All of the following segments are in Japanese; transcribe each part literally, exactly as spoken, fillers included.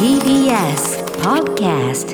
ティービーエス Podcast。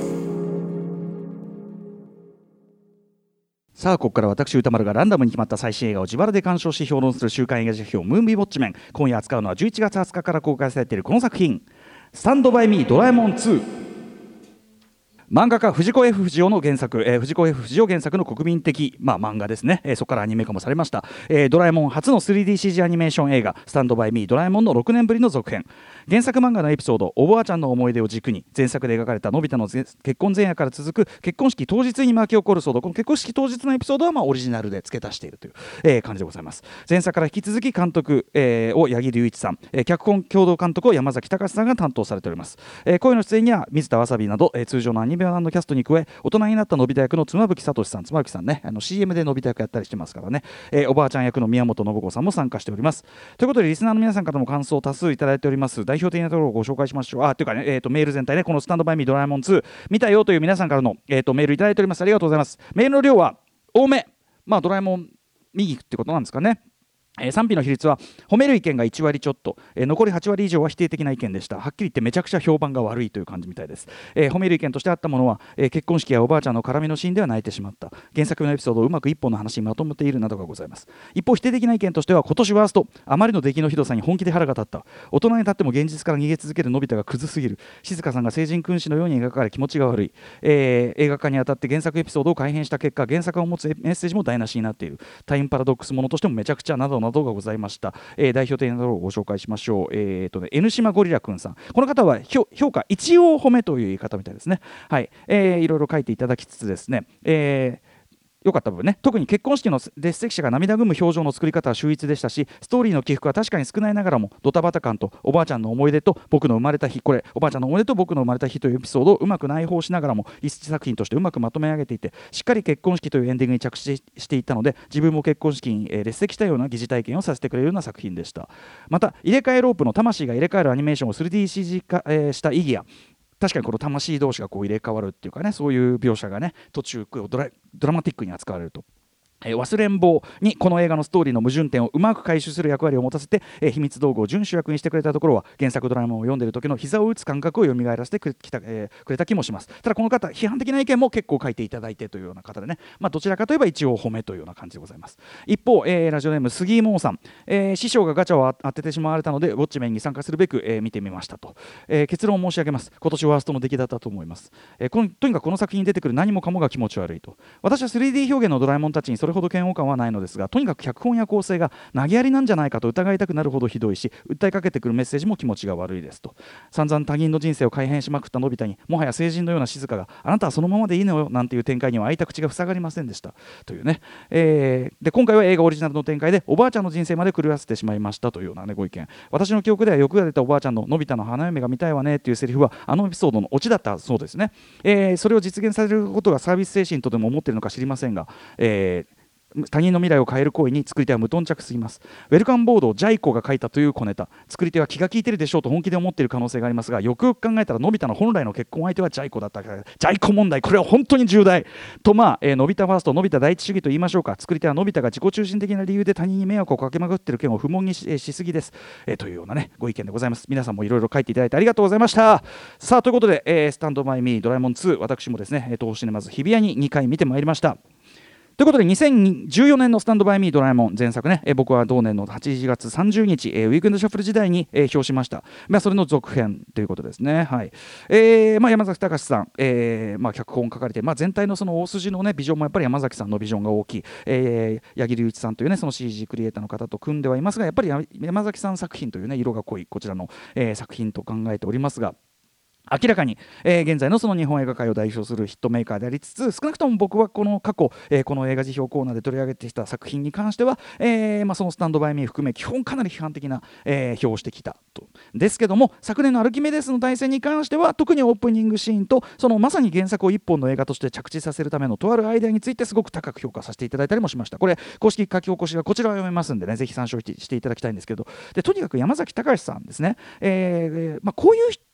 さあここから私歌丸がランダムに決まった最新映画を自腹で鑑賞し評論する週刊映画辞表ムービーウォッチメン。今夜扱うのはじゅういちがつはつかから公開されているこの作品、スタンドバイミードラえもんツー。漫画家藤子 F 不二雄の原作、えー、藤子 F 不二雄原作の国民的、まあ、漫画ですね、えー、そこからアニメ化もされました、えー、ドラえもん初の スリーディーシージー アニメーション映画スタンドバイミードラえもんのろくねんぶりの続編。原作漫画のエピソードおばあちゃんの思い出を軸に前作で描かれたのび太の結婚前夜から続く結婚式当日に巻き起こる騒動、この結婚式当日のエピソードはまあオリジナルで付け足しているという、えー、感じでございます。前作から引き続き監督、えー、を八木隆一さん、えー、脚本共同監督を山崎隆さんが担当されております。えー、声の出演には水田わさびなど、えー、通常のアニメ版のキャストに加え大人になったのび太役の妻夫木聡さん、妻夫木さんね、あの シーエム でのび太役やったりしてますからね、えー、おばあちゃん役の宮本信子さんも参加しております。ということでリスナーの皆さんからも感想を多数いただいております。代表的なところをご紹介しましょう。あというかね、えー、とメール全体ね、このスタンドバイミードラえもんツー見たよという皆さんからの、えー、とメールいただいております。ありがとうございます。メールの量は多め、まあドラえもん右ってことなんですかね。えー、賛否の比率は褒める意見がいちわりちょっと、えー、残りはちわり以上は否定的な意見でした。はっきり言ってめちゃくちゃ評判が悪いという感じみたいです。えー、褒める意見としてあったものは、えー、結婚式やおばあちゃんの絡みのシーンでは泣いてしまった、原作のエピソードをうまく一本の話にまとめているなどがございます。一方否定的な意見としては、今年ワースト、あまりの出来のひどさに本気で腹が立った、大人になっても現実から逃げ続けるのび太がクズすぎる、静香さんが聖人君子のように描かれ気持ちが悪い、えー、映画化にあたって原作エピソードを改変した結果原作を持つメッセージも台無しになっている、タイムパラドックスものとしてもめちゃくちゃなどなどがございました。えー、代表的なところをご紹介しましょう。えーとね、N 島ゴリラくんさん、この方は評価一応褒めという言い方みたいですね。はい、えー、いろいろ書いていただきつつですね、えー良かった部分ね、特に結婚式の列席者が涙ぐむ表情の作り方は秀逸でしたし、ストーリーの起伏は確かに少ないながらもドタバタ感とおばあちゃんの思い出と僕の生まれた日、これおばあちゃんの思い出と僕の生まれた日というエピソードをうまく内包しながらも一作品としてうまくまとめ上げていて、しっかり結婚式というエンディングに着地していったので、自分も結婚式に列席したような疑似体験をさせてくれるような作品でした。また入れ替えロープの魂が入れ替えるアニメーションを スリーディーシージー 化、えー、した意義や、確かにこの魂同士がこう入れ替わるっていうかね、そういう描写がね途中ドラ、ドラマティックに扱われると、えー、忘れん坊にこの映画のストーリーの矛盾点をうまく回収する役割を持たせて、えー、秘密道具を準主役にしてくれたところは原作ドラえもんを読んでいる時の膝を打つ感覚を蘇らせてくれた、えー、くれた気もします。ただこの方批判的な意見も結構書いていただいてというような方でね、まあ、どちらかといえば一応褒めというような感じでございます。一方、えー、ラジオネーム杉井門さん、えー、師匠がガチャを当ててしまわれたのでウォッチメンに参加するべく、えー、見てみましたと、えー、結論を申し上げます。今年ワーストの出来だったと思います。えー、このとにかくこの作品に出てくる何もかもが気持ち悪いと。私は スリーディー 表現のドラえもんたちにそれほど嫌悪感はないのですが、とにかく脚本や構成が投げやりなんじゃないかと疑いたくなるほどひどいし、訴えかけてくるメッセージも気持ちが悪いですと。散々他人の人生を改変しまくったのび太に、もはや成人のような静香があなたはそのままでいいのよなんていう展開には開いた口が塞がりませんでしたというね、えー、で今回は映画オリジナルの展開でおばあちゃんの人生まで狂わせてしまいましたというような、ね、ご意見。私の記憶では欲が出たおばあちゃんののび太の花嫁が見たいわねっていうセリフはあのエピソードのオチだったそうですね。えー、それを実現されることがサービス精神とでも思っているのか知りませんが、えー他人の未来を変える行為に作り手は無頓着すぎます。ウェルカムボードをジャイコが書いたという小ネタ、作り手は気が利いてるでしょうと本気で思っている可能性がありますが、よくよく考えたらのび太の本来の結婚相手はジャイコだったから、ジャイコ問題、これは本当に重大と、まあ、えー、のび太ファースト、のび太第一主義と言いましょうか。作り手はのび太が自己中心的な理由で他人に迷惑をかけまくっている件を不問に し,、えー、しすぎです、えー、というような、ね、ご意見でございます。皆さんもいろいろ書いていただいてありがとうございました。さあということで、えー、スタンドバイミードラえもんツー、私もですね、東宝シネマズ日比谷ににかい見てまいりました。ということでにせんじゅうよねんのスタンドバイミードラえもん前作ね、え僕は同年のはちがつさんじゅうにち、えー、ウィークエンドシャッフル時代に、えー、表しました。まあ、それの続編ということですね。はい、えーまあ、山崎隆さん、えーまあ、脚本書かれて、まあ、全体のその大筋の、ね、ビジョンもやっぱり山崎さんのビジョンが大きい、えー、八木隆一さんという、ね、その シージー クリエイターの方と組んではいますが、やっぱり山崎さん作品という、ね、色が濃いこちらの、えー、作品と考えておりますが、明らかに、えー、現在のその日本映画界を代表するヒットメーカーでありつつ、少なくとも僕はこの過去、えー、この映画辞表コーナーで取り上げてきた作品に関しては、えーまあ、そのスタンドバイミー含め基本かなり批判的な、えー、評をしてきたと。ですけども、昨年のアルキメデスの大戦に関しては特にオープニングシーンとそのまさに原作を一本の映画として着地させるためのとあるアイデアについてすごく高く評価させていただいたりもしました。これ公式書き起こしがこちらを読めますんでね、ぜひ参照していただきたいんですけど、でとにかく山崎隆さんですね、えーまあ、こういう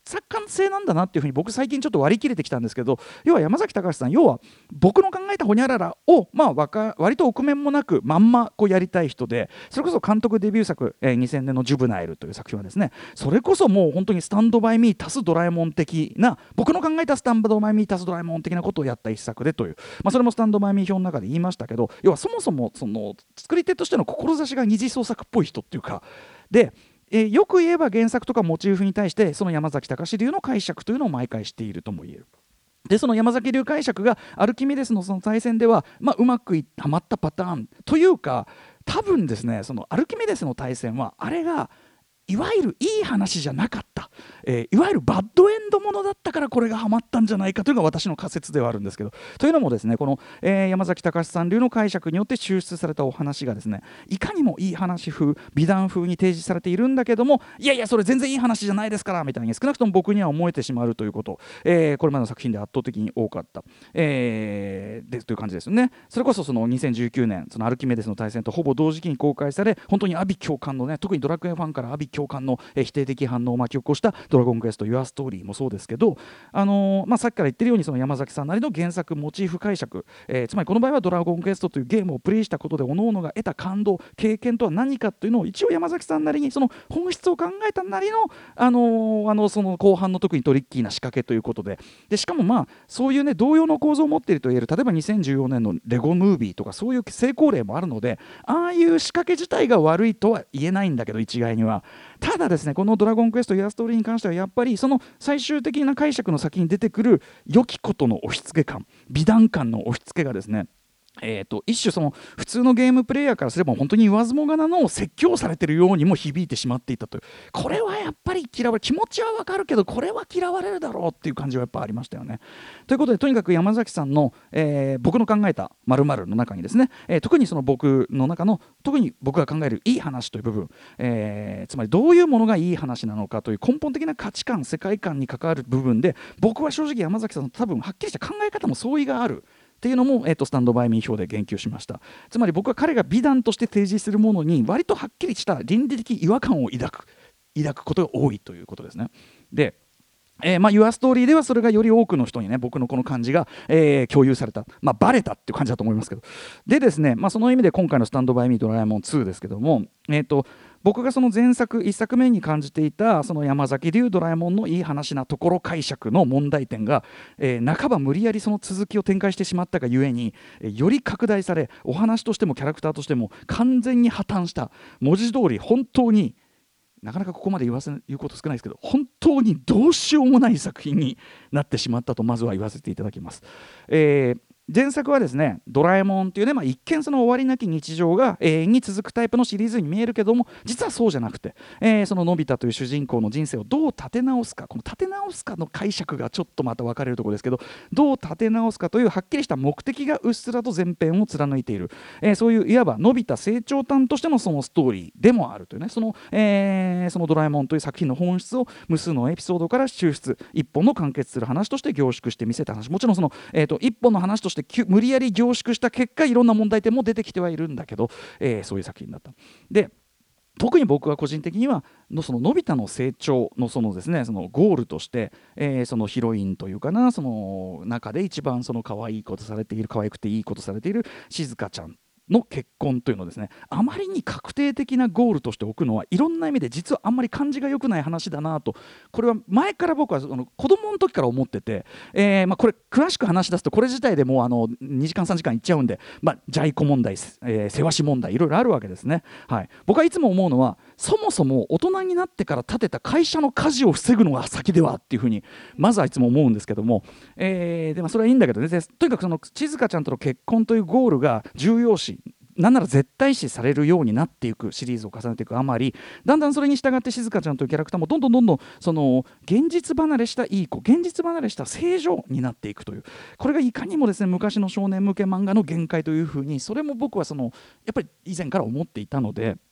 作家性なんだなっていうふうに僕最近ちょっと割り切れてきたんですけど、要は山崎隆さん、要は僕の考えたホニャララを、まあ、わか割と臆面もなくまんまこうやりたい人で、それこそ監督デビュー作、えー、にせんねんの「ジュブナイル」という作品はですね、それこそもう本当にスタンドバイミー足すドラえもん的な、僕の考えたスタンドバイミー足すドラえもん的なことをやった一作でという、まあ、それもスタンドバイミー表の中で言いましたけど、要はそもそもその作り手としての志が二次創作っぽい人っていうかで、えー、よく言えば原作とかモチーフに対してその山崎隆流の解釈というのを毎回しているとも言える。でその山崎流解釈がアルキメデスのその対戦では、まあ、うまくいはまったパターンというか、多分ですね、そのアルキメデスの対戦はあれがいわゆるいい話じゃなかった、えー、いわゆるバッドエンドものだったからこれがハマったんじゃないかというのが私の仮説ではあるんですけど、というのもですね、この、えー、山崎隆さん流の解釈によって抽出されたお話がですね、いかにもいい話風美談風に提示されているんだけども、いやいやそれ全然いい話じゃないですからみたいに少なくとも僕には思えてしまうということ、えー、これまでの作品で圧倒的に多かった、えー、でという感じですよね。それこそそのにせんじゅうきゅうねんそのアルキメデスの対戦とほぼ同時期に公開され、本当に阿鼻共感のね、特にドラクエファンから阿鼻共感の否定的反応を巻き起こしたドラゴンクエスト Your Story もそうですけど、あのーまあ、さっきから言ってるようにその山崎さんなりの原作モチーフ解釈、えー、つまりこの場合はドラゴンクエストというゲームをプレイしたことで各々が得た感動経験とは何かというのを一応山崎さんなりにその本質を考えたなりの、あのーあのその後半の特にトリッキーな仕掛けということで、でしかもまあそういうね同様の構造を持っているといえる、例えばにせんじゅうよねんのレゴムービーとかそういう成功例もあるので、ああいう仕掛け自体が悪いとは言えないんだけど一概には。ただですね、このドラゴンクエストヤーストーリーに関してはやっぱりその最終的な解釈の先に出てくる良きことの押し付け感、美談感の押し付けがですね、えー、と一種その普通のゲームプレイヤーからすれば本当に言わずもがなの説教されているようにも響いてしまっていたという、これはやっぱり嫌われ、気持ちはわかるけどこれは嫌われるだろうっていう感じはやっぱありましたよね。ということでとにかく山崎さんの、えー、僕の考えた〇〇の中にですね、えー、特にその僕の中の特に僕が考えるいい話という部分、えー、つまりどういうものがいい話なのかという根本的な価値観世界観に関わる部分で、僕は正直山崎さんの多分はっきりした考え方も相違があるっていうのも、えー、とスタンドバイミー表で言及しました。つまり僕は彼が美談として提示するものに割とはっきりした倫理的違和感を抱く抱くことが多いということですね。でえーまあ、Your Story ではそれがより多くの人にね僕のこの感じが、えー、共有された、まあ、バレたっていう感じだと思いますけど、でですね、まあ、その意味で今回のスタンドバイミードラえもんツーですけども、えーと僕がその前作いっさくめに感じていたその山崎流ドラえもんのいい話なところ解釈の問題点が、えー、半ば無理やりその続きを展開してしまったがゆえに、えー、より拡大されお話としてもキャラクターとしても完全に破綻した、文字通り本当になかなかここまで言わせ言うこと少ないですけど本当にどうしようもない作品になってしまったとまずは言わせていただきます。えー前作はですねドラえもんというね、まあ、一見その終わりなき日常が永遠に続くタイプのシリーズに見えるけども、実はそうじゃなくて、えー、そののび太という主人公の人生をどう立て直すか、この立て直すかの解釈がちょっとまた分かれるところですけど、どう立て直すかというはっきりした目的がうっすらと前編を貫いている、えー、そういういわばのび太成長譚としてのそのストーリーでもあるというね、その、えー、そのドラえもんという作品の本質を無数のエピソードから抽出、一本の完結する話として凝縮して見せた話、もちろんその、えーと、一本の話として無理やり凝縮した結果いろんな問題点も出てきてはいるんだけど、えー、そういう作品だった。で特に僕は個人的にはのそののび太の成長のそのですねそのゴールとして、えー、そのヒロインというかな、その中で一番その可愛いことされている可愛くていいことされている静香ちゃんの結婚というのをですね、あまりに確定的なゴールとして置くのはいろんな意味で実はあんまり感じが良くない話だなと、これは前から僕はその子供の時から思ってて、えーまあ、これ詳しく話し出すとこれ自体でもうあのにじかんさんじかんいっちゃうんで、まあ、ジャイ子問題、えー、世話し問題いろいろあるわけですね、はい、僕はいつも思うのはそもそも大人になってから建てた会社の火事を防ぐのが先ではっていうふうにまずはいつも思うんですけども、えーでまあ、それはいいんだけどね、とにかくその静香ちゃんとの結婚というゴールが重要視なんなら絶対視されるようになっていくシリーズを重ねていくあまり、だんだんそれに従って静香ちゃんというキャラクターもどんどんどんどんその現実離れしたいい子、現実離れした正常になっていくという、これがいかにもですね昔の少年向け漫画の限界というふうに、それも僕はそのやっぱり以前から思っていたので、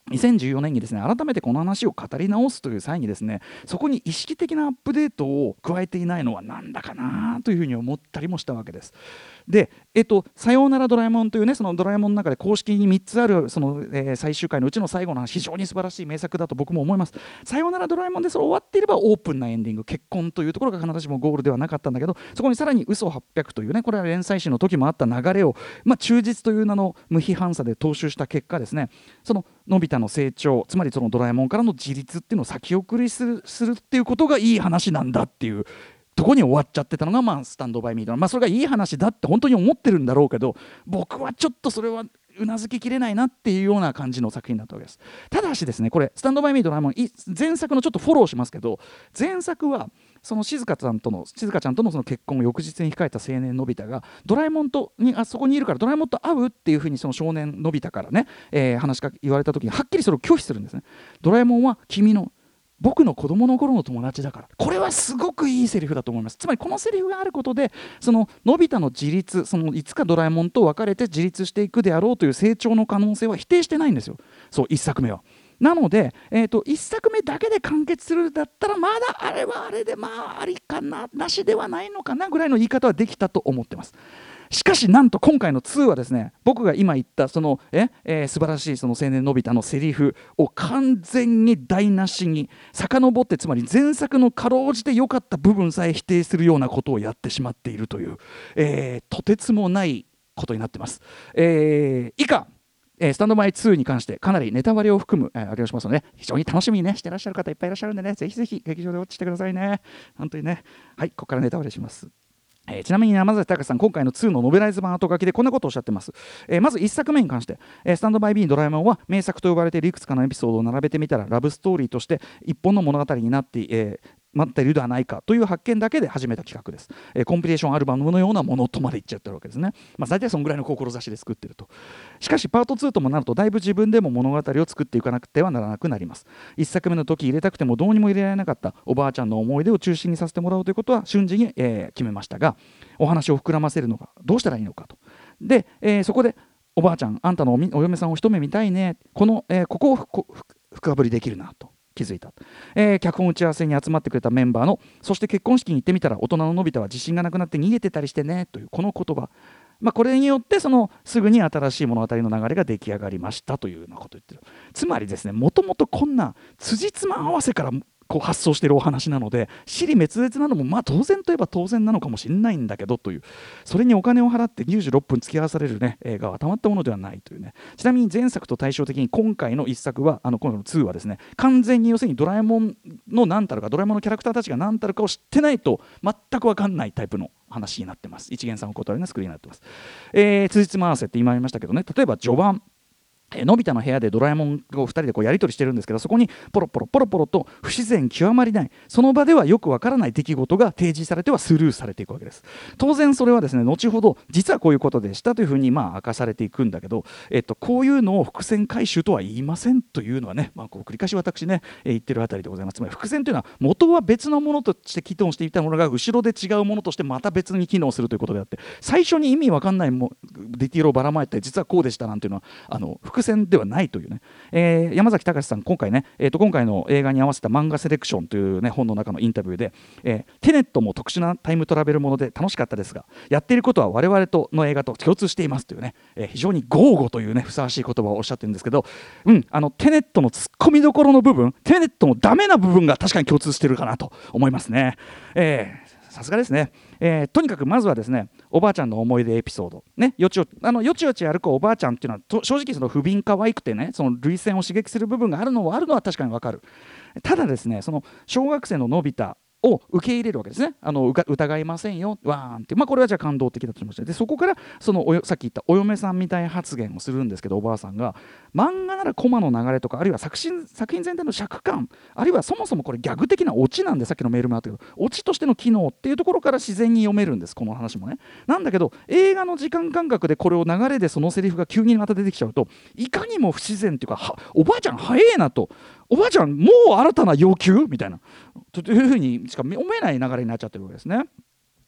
にせんじゅうよねんにですね改めてこの話を語り直すという際にですねそこに意識的なアップデートを加えていないのはなんだかなというふうに思ったりもしたわけです。で、えっと、さようならドラえもんというねそのドラえもんの中で公式にみっつあるその、えー最終回のうちの最後の話非常に素晴らしい名作だと僕も思います。さようならドラえもんでそれ終わっていればオープンなエンディング結婚というところが必ずしもゴールではなかったんだけどそこにさらに嘘はっぴゃくというねこれは連載誌の時もあった流れを、まあ、忠実という名の無批判さで踏襲した結果ですねそののび太の成長つまりそのドラえもんからの自立っていうのを先送りする、するっていうことがいい話なんだっていうとこに終わっちゃってたのが、まあ、スタンドバイミード、まあ、それがいい話だって本当に思ってるんだろうけど僕はちょっとそれはうなずききれないなっていうような感じの作品だったわけです。ただしですねこれスタンドバイミードラえもん前作のちょっとフォローしますけど前作はその静香ちゃんとの静香ちゃんとのその結婚を翌日に控えた青年のび太がドラえもんとにあそこにいるからドラえもんと会うっていうふうにその少年のび太からね、えー、話しか言われた時にはっきりそれを拒否するんですね。ドラえもんは君の僕の子供の頃の友達だからこれはすごくいいセリフだと思います。つまりこのセリフがあることでそののび太の自立そのいつかドラえもんと別れて自立していくであろうという成長の可能性は否定してないんですよそういっさくめは。なので、えーと、いっさくめだけで完結するだったらまだあれはあれでまあありかななしではないのかなぐらいの言い方はできたと思ってます。しかしなんと今回のにはですね僕が今言ったそのえ、えー、素晴らしいその青年のび太のセリフを完全に台無しに遡ってつまり前作のかろうじて良かった部分さえ否定するようなことをやってしまっているという、えー、とてつもないことになってます。えー、以下スタンドバイツーに関してかなりネタバレを含む、えー、ありしますので非常に楽しみに、ね、してらっしゃる方いっぱいいらっしゃるんでねぜひぜひ劇場でウォッチしてくださいね本当にね。はいここからネタバレします。えー、ちなみに山崎隆さん今回のにのノベライズ版後書きでこんなことをおっしゃってます。えー、まずいっさくめに関して、えー、スタンドバイビードラえもんは名作と呼ばれているいくつかのエピソードを並べてみたらラブストーリーとして一本の物語になって、えー待っているではないかという発見だけで始めた企画です。えー、コンピレーションアルバムのようなものとまで言っちゃってるわけですね。まあ、大体そのぐらいの志で作ってると。しかしパートにともなるとだいぶ自分でも物語を作っていかなくてはならなくなります。いっさくめの時入れたくてもどうにも入れられなかったおばあちゃんの思い出を中心にさせてもらおうということは瞬時に、えー、決めましたがお話を膨らませるのがどうしたらいいのかと。で、えー、そこでおばあちゃんあんたの お, お嫁さんを一目見たいねこの、えー、ここを深掘りできるなと気づいた、えー、脚本打ち合わせに集まってくれたメンバーのそして結婚式に行ってみたら大人ののび太は自信がなくなって逃げてたりしてねというこの言葉、まあ、これによってそのすぐに新しい物語の流れが出来上がりましたというようなことを言ってる。つまりですねもともとこんな辻褄合わせからこう発想しているお話なので尻滅裂なのもまあ当然といえば当然なのかもしれないんだけどというそれにお金を払ってにじゅうろっぷん付き合わされる、ね、映画はたまったものではないというね。ちなみに前作と対照的に今回のいっさくはあの今回のにはですね完全に要するにドラえもんの何たるかドラえもんのキャラクターたちが何たるかを知ってないと全く分かんないタイプの話になってます。一元さんお断りの作りになってます。えー、辻褄合わせって今言いましたけどね例えば序盤のび太の部屋でドラえもんをふたりでこうやり取りしてるんですけどそこにポロポロポロポロと不自然極まりないその場ではよくわからない出来事が提示されてはスルーされていくわけです。当然それはですね後ほど実はこういうことでしたというふうにまあ明かされていくんだけど、えっと、こういうのを伏線回収とは言いませんというのはね、まあ、こう繰り返し私ね、えー、言ってるあたりでございます。つまり伏線というのは元は別のものとして機能していたものが後ろで違うものとしてまた別に機能するということであって最初に意味わかんないもディティールをばらまいて実はこうでしたなんていうのはあの伏線ではないというね、えー、山崎隆さん今回ね、えー、と今回の映画に合わせた漫画セレクションという、ね、本の中のインタビューで、えー、テネットも特殊なタイムトラベルもので楽しかったですがやっていることは我々との映画と共通していますというね、えー、非常に豪語というねふさわしい言葉をおっしゃってるんですけど、うん、あのテネットのツッコミどころの部分テネットのダメな部分が確かに共通しているかなと思いますね。えーさすがですね、えー、とにかくまずはですねおばあちゃんの思い出エピソード、ね、よちよあのよちよち歩くおばあちゃんっていうのはと正直その不憫可愛くてねその涙腺を刺激する部分があるのはあるのは確かに分かる。ただですねその小学生ののび太を受け入れるわけですね。あの疑いませんよわーんって、まあ、これはじゃあ感動的だとしましたでそこからそのおよさっき言ったお嫁さんみたい発言をするんですけどおばあさんが漫画ならコマの流れとかあるいは作品、作品全体の尺感あるいはそもそもこれギャグ的なオチなんでさっきのメールもあったけどオチとしての機能っていうところから自然に読めるんですこの話もね。なんだけど映画の時間感覚でこれを流れでそのセリフが急にまた出てきちゃうといかにも不自然っていうかはおばあちゃん早えなとおばあちゃんもう新たな要求みたいなというふうにしか読めない流れになっちゃってるわけですね。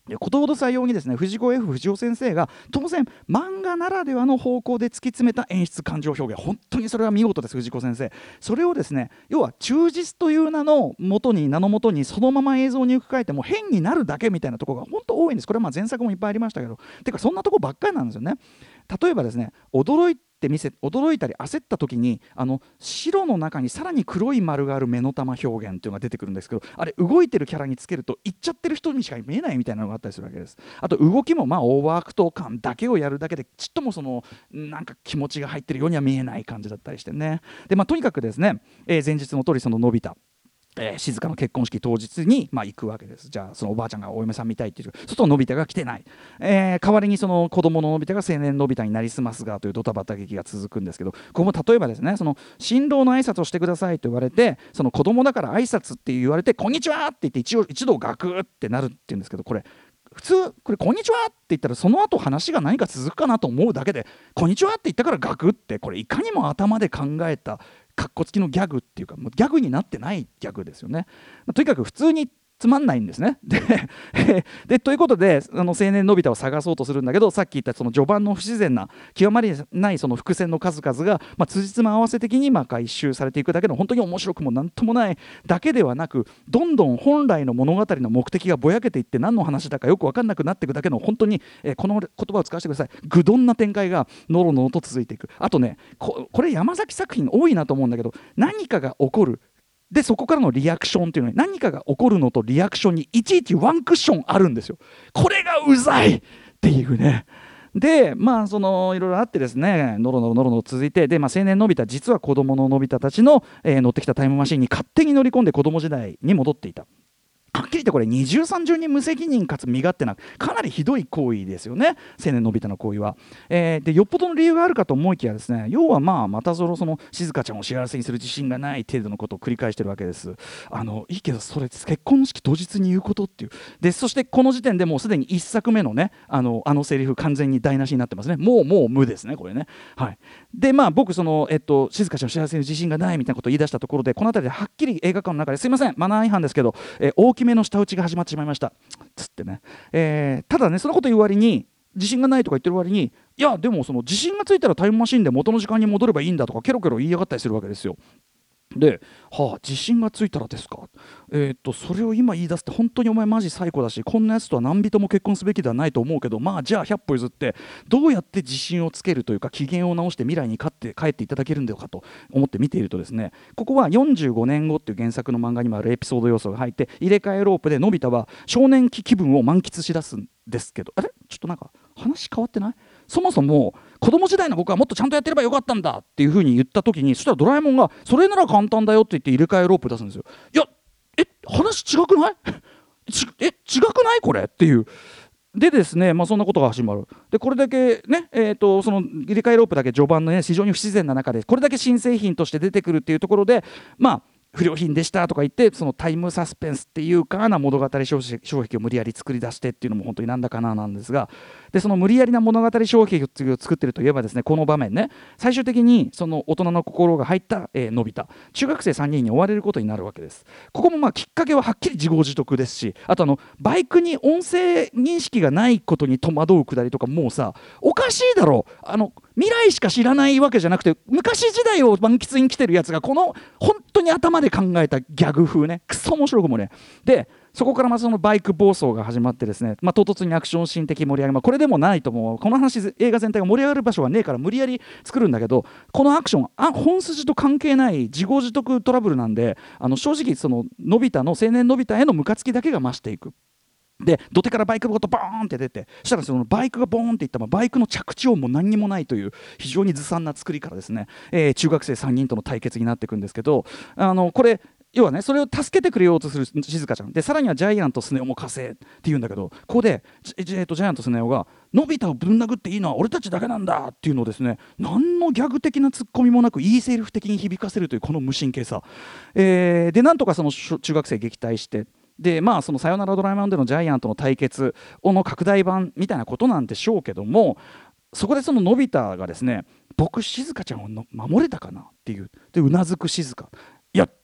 でことほど採用にですね藤子 F 不二雄先生が当然漫画ならではの方向で突き詰めた演出感情表現、本当にそれは見事です。藤子先生それをですね要は忠実という名の元に名のもとにそのまま映像に置き換えても変になるだけみたいなところが本当多いんです。これはまあ前作もいっぱいありましたけど、てかそんなとこばっかりなんですよね。例えばですね驚いて見せ驚いたり焦った時にあの白の中にさらに黒い丸がある目の玉表現っていうのが出てくるんですけど、あれ動いてるキャラにつけると行っちゃってる人にしか見えないみたいなのがあったりするわけです。あと動きもまあオーバーアクト感だけをやるだけでちっともそのなんか気持ちが入ってるようには見えない感じだったりしてね。で、まあ、とにかくですね、えー前日の通りそののび太えー、静香の結婚式当日に、まあ、行くわけです。じゃあそのおばあちゃんがお嫁さん見たいっていう、そうするとのび太が来てない、えー、代わりにその子供ののび太が青年のび太になりすますがというドタバタ劇が続くんですけど、ここも例えばですねその新郎の挨拶をしてくださいと言われて、その子供だから挨拶って言われてこんにちはって言って一応一度ガクってなるっていうんですけど、これ普通これこんにちはって言ったらその後話が何か続くかなと思うだけでこんにちはって言ったからガクって、これいかにも頭で考えたかっこつきのギャグっていうかもうギャグになってないギャグですよね。まあ、とにかく普通につまんないんですね。ででということであの青年のび太を探そうとするんだけど、さっき言ったその序盤の不自然な極まりないその伏線の数々が、まあ、辻褄合わせ的にまあ回収されていくだけの本当に面白くもなんともないだけではなく、どんどん本来の物語の目的がぼやけていって何の話だかよく分かんなくなっていくだけの本当に、えーこの言葉を使わせてください、愚鈍な展開がのろのろと続いていく。あとね こ, これ山崎作品多いなと思うんだけど、何かが起こるでそこからのリアクションというのに何かが起こるのとリアクションにいちいちワンクッションあるんですよ。これがうざいっていうね。でまあそのいろいろあってですねのろのろのろのろ続いて、で、まあ、青年のび太実は子供ののび太たちの、えー乗ってきたタイムマシンに勝手に乗り込んで子供時代に戻っていた。はっきり言ってこれ二重三重に無責任かつ身勝手なかなりひどい行為ですよね、青年のび太の行為は。えー、でよっぽどの理由があるかと思いきやですね、要はまあまたそのその静香ちゃんを幸せにする自信がない程度のことを繰り返してるわけです。あのいいけどそれ結婚式当日に言うことっていう。でそしてこの時点でもうすでにいっさくめのねあのあのセリフ完全に台無しになってますね。もうもう無ですねこれね。はい。でまあ僕そのえっと静香ちゃんを幸せに自信がないみたいなことを言い出したところで、この辺りではっきり映画館の中ですいませんマナー違反ですけど、えー大きめの舌打ちが始まってしまいましたつってね、えーただねそのこと言う割に自信がないとか言ってる割に、いやでもその自信がついたらタイムマシンで元の時間に戻ればいいんだとかケロケロ言いやがったりするわけですよ。で、はあ、自信がついたらですか、えーっとそれを今言い出すって本当にお前マジ最高だし、こんなやつとは何人も結婚すべきではないと思うけど、まあじゃあひゃっぽ譲ってどうやって自信をつけるというか機嫌を直して未来に勝って帰っていただけるんだろうかと思って見ているとですね、ここはよんじゅうごねんごっていう原作の漫画にもあるエピソード要素が入って、入れ替えロープでのび太は少年期気分を満喫しだすんですけど、あれちょっとなんか話変わってない？そもそも子供時代の僕はもっとちゃんとやってればよかったんだっていう風に言った時に、そしたらドラえもんがそれなら簡単だよって言って入れ替えロープ出すんですよ。いやえ話違くないちえ違くないこれっていう。でですね、まあ、そんなことが始まる。でこれだけね、えー、とその入れ替えロープだけ序盤のね非常に不自然な中でこれだけ新製品として出てくるっていうところで、まあ不良品でしたとか言ってそのタイムサスペンスっていうかな物語障壁を無理やり作り出してっていうのも本当になんだかななんですが、でその無理やりな物語障壁を作ってるといえばですね、この場面ね最終的にその大人の心が入った、えー、のび太中学生さんにんに追われることになるわけです。ここもまあきっかけははっきり自業自得ですし、あとあのバイクに音声認識がないことに戸惑うくだりとかもうさおかしいだろう。あの未来しか知らないわけじゃなくて昔時代を満喫に来てるやつがこの本当に頭で考えたギャグ風ね、くそ面白くもね。でそこからまたそのバイク暴走が始まってですね、まあ、唐突にアクションシーン的盛り上げ、まあ、これでもないともうこの話映画全体が盛り上がる場所はねえから無理やり作るんだけど、このアクションあ本筋と関係ない自業自得トラブルなんで、あの正直そののび太の青年のび太へのムカつきだけが増していく。で土手からバイクごとボーンって出て、そしたらそのバイクがボーンっていったらバイクの着地音も何にもないという非常にずさんな作りからですね、えー中学生さんにんとの対決になっていくんですけど、あのこれ要はねそれを助けてくれようとする静香ちゃんで、さらにはジャイアントスネ夫も加勢って言うんだけど、ここでジジえーとジャイアントスネ夫がのび太をぶん殴っていいのは俺たちだけなんだっていうのをですね、何のギャグ的なツッコミもなくいいセリフ的に響かせるというこの無神経さ、えーでなんとかその中学生撃退して、でまあそのさよならドラえもんでのジャイアントの対決の拡大版みたいなことなんでしょうけども、そこでそののび太がですね僕静香ちゃんをの守れたかなっていうでうなずく静香、いや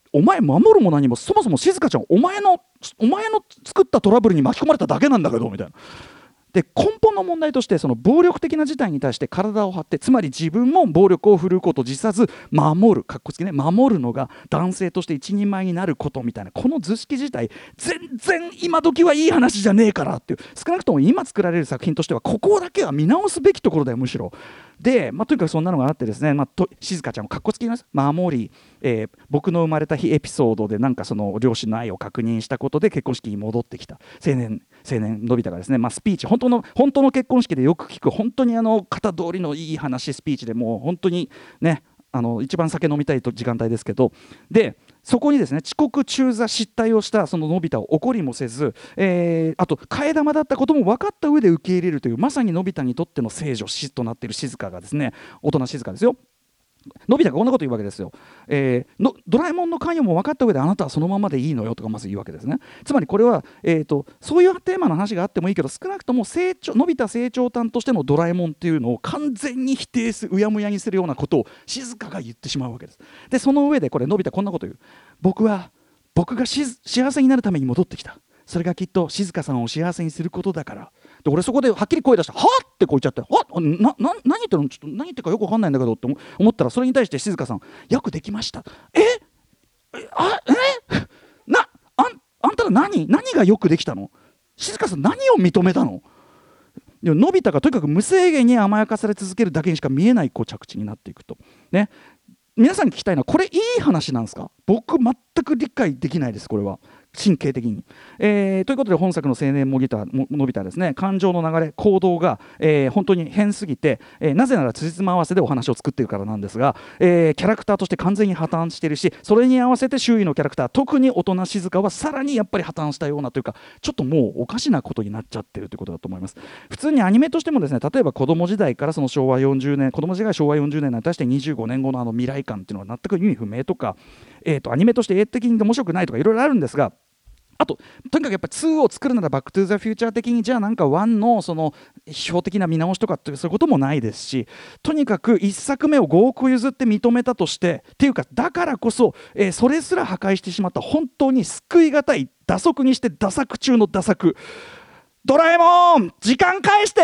お前守るも何もそもそも静香ちゃんお前のお前の作ったトラブルに巻き込まれただけなんだけどみたいな。で根本の問題としてその暴力的な事態に対して体を張って、つまり自分も暴力を振るうことを実さず守る、かっこつきね、守るのが男性として一人前になることみたいな、この図式自体全然今時はいい話じゃねえからっていう、少なくとも今作られる作品としてはここだけは見直すべきところだよむしろ。で、まあ、とにかくそんなのがあってですね、まあ、と静香ちゃんもかっこつきます守り、えー、僕の生まれた日エピソードでなんかその両親の愛を確認したことで結婚式に戻ってきた青年青年のび太がですね、まあ、スピーチ、本当の本当の結婚式でよく聞く本当にあの型通りのいい話スピーチで、もう本当にね、あの一番酒飲みたいと時間帯ですけど、でそこにですね遅刻中座失態をしたそののび太を怒りもせず、えー、あと替え玉だったことも分かった上で受け入れるという、まさにのび太にとっての聖女死となっている静香がですね、大人静香ですよ。のび太がこんなこと言うわけですよ、えー、のドラえもんの関与も分かった上であなたはそのままでいいのよとかまず言うわけですね。つまりこれは、えーと、そういうテーマの話があってもいいけど、少なくとも成長のび太成長端としてのドラえもんっていうのを完全に否定する、うやむやにするようなことを静香が言ってしまうわけです。でその上でこれのび太こんなこと言う。僕は僕がし幸せになるために戻ってきた。それがきっと静香さんを幸せにすることだから。で俺そこではっきり声出してはっってこう言っちゃって、はなな何言ってるの、ちょっと何言ってるかよく分かんないんだけどって思ったら、それに対して静香さんよくできました。えあえなあんあんたら何何がよくできたの、静香さん何を認めたの。でのび太がとにかく無制限に甘やかされ続けるだけにしか見えないこう着地になっていくとね。皆さんに聞きたいのはこれいい話なんですか。僕全く理解できないですこれは神経的に、えー、ということで本作の青年もぎたのび太はですね、感情の流れ行動が、えー、本当に変すぎて、えー、なぜなら辻褄合わせでお話を作っているからなんですが、えー、キャラクターとして完全に破綻しているし、それに合わせて周囲のキャラクター、特に大人静香はさらにやっぱり破綻したようなというか、ちょっともうおかしなことになっちゃってるということだと思います。普通にアニメとしてもですね、例えば子供時代からその昭和よんじゅうねん子供時代昭和よんじゅうねんに対してにじゅうごねんごのあの未来感っていうのは全く意味不明とか、えーとアニメとして永的に面白くないとかいろいろあるんですが、あととにかくやっぱりツーを作るならバックトゥーザフューチャー的にじゃあなんかワンのその標的な見直しとかってそういうこともないですし、とにかくいっさくめをごおく譲って認めたとしてっていうか、だからこそ、えー、それすら破壊してしまった本当に救いがたい打足にして打作中の打作、ドラえもん時間返して。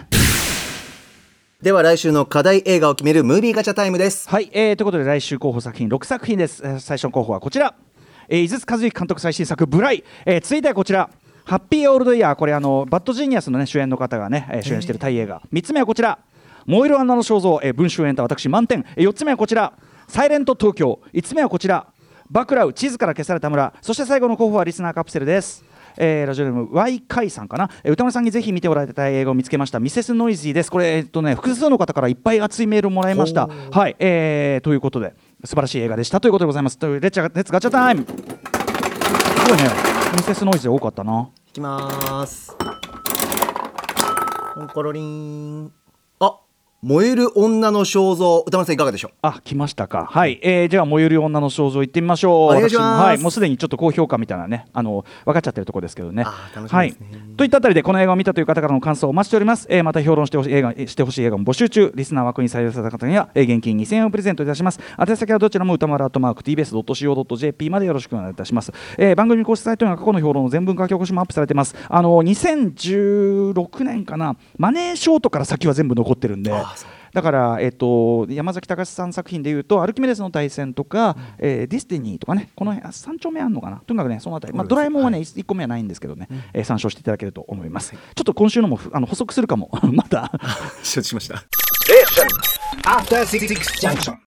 では来週の課題映画を決めるムービーガチャタイムです。 はい、えー、ということで来週候補作品ろくさく品です。えー、最初の候補はこちら、えー、井筒和之監督最新作ブライ、えー、続いてはこちらハッピーオールドイヤー、これあのバッドジーニアスの、ね、主演の方が、ね、えー、主演しているタイ映画。みっつめはこちら燃える女の肖像、えー、文春エンタ私満点、えー、よっつめはこちらサイレント東京、いつつめはこちらバクラウ地図から消された村、そして最後の候補はリスナーカプセルです。えー、ラジオネーム ワイ カイさんかな、えー、歌丸さんにぜひ見ておられた映画を見つけました。ミセスノイジーです。これ、えーっとね、複数の方からいっぱい熱いメールをもらいました。はい、えー、ということで素晴らしい映画でしたということでございます。というレッチャレッツガチャタイム。すごいね、ミセスノイジー多かったな。 いきまーす。コンコロリン。あ、燃える女の肖像、歌丸さんいかがでしょう。 あ、来ましたか。はい、えー、じゃあ燃える女の肖像行ってみましょう。 お願いします。 はい、もうすでにちょっと高評価みたいなね、あの分かっちゃってるところですけどね。 あ、楽しみですね。 はい、といったあたりでこの映画を見たという方からの感想をお待ちしております。えー、また評論してほしい映画してほしい映画も募集中。リスナー枠に採用された方には、えー、現金にせんえんをプレゼントいたします。宛先はどちらも歌丸アットマーク ティービーエスドットシーオードットジェーピー までよろしくお願いいたします。えー、番組公式サイトには過去の評論の全文書き起こしもアップされてます。あのにせんじゅうろくねんかな、マネーショートから先は全部残ってるんで、だから、えー、と山崎隆さん作品でいうとアルキメデスの大戦とか、うん、えー、ディスティニーとかね、この辺さん丁目あるのかな、とにかくねそのあたり、まあ、ドラえもんはね、はい、いっこめはないんですけどね、うん、えー、参照していただけると思います。はい、ちょっと今週のもあの補足するかもまだ承知しました。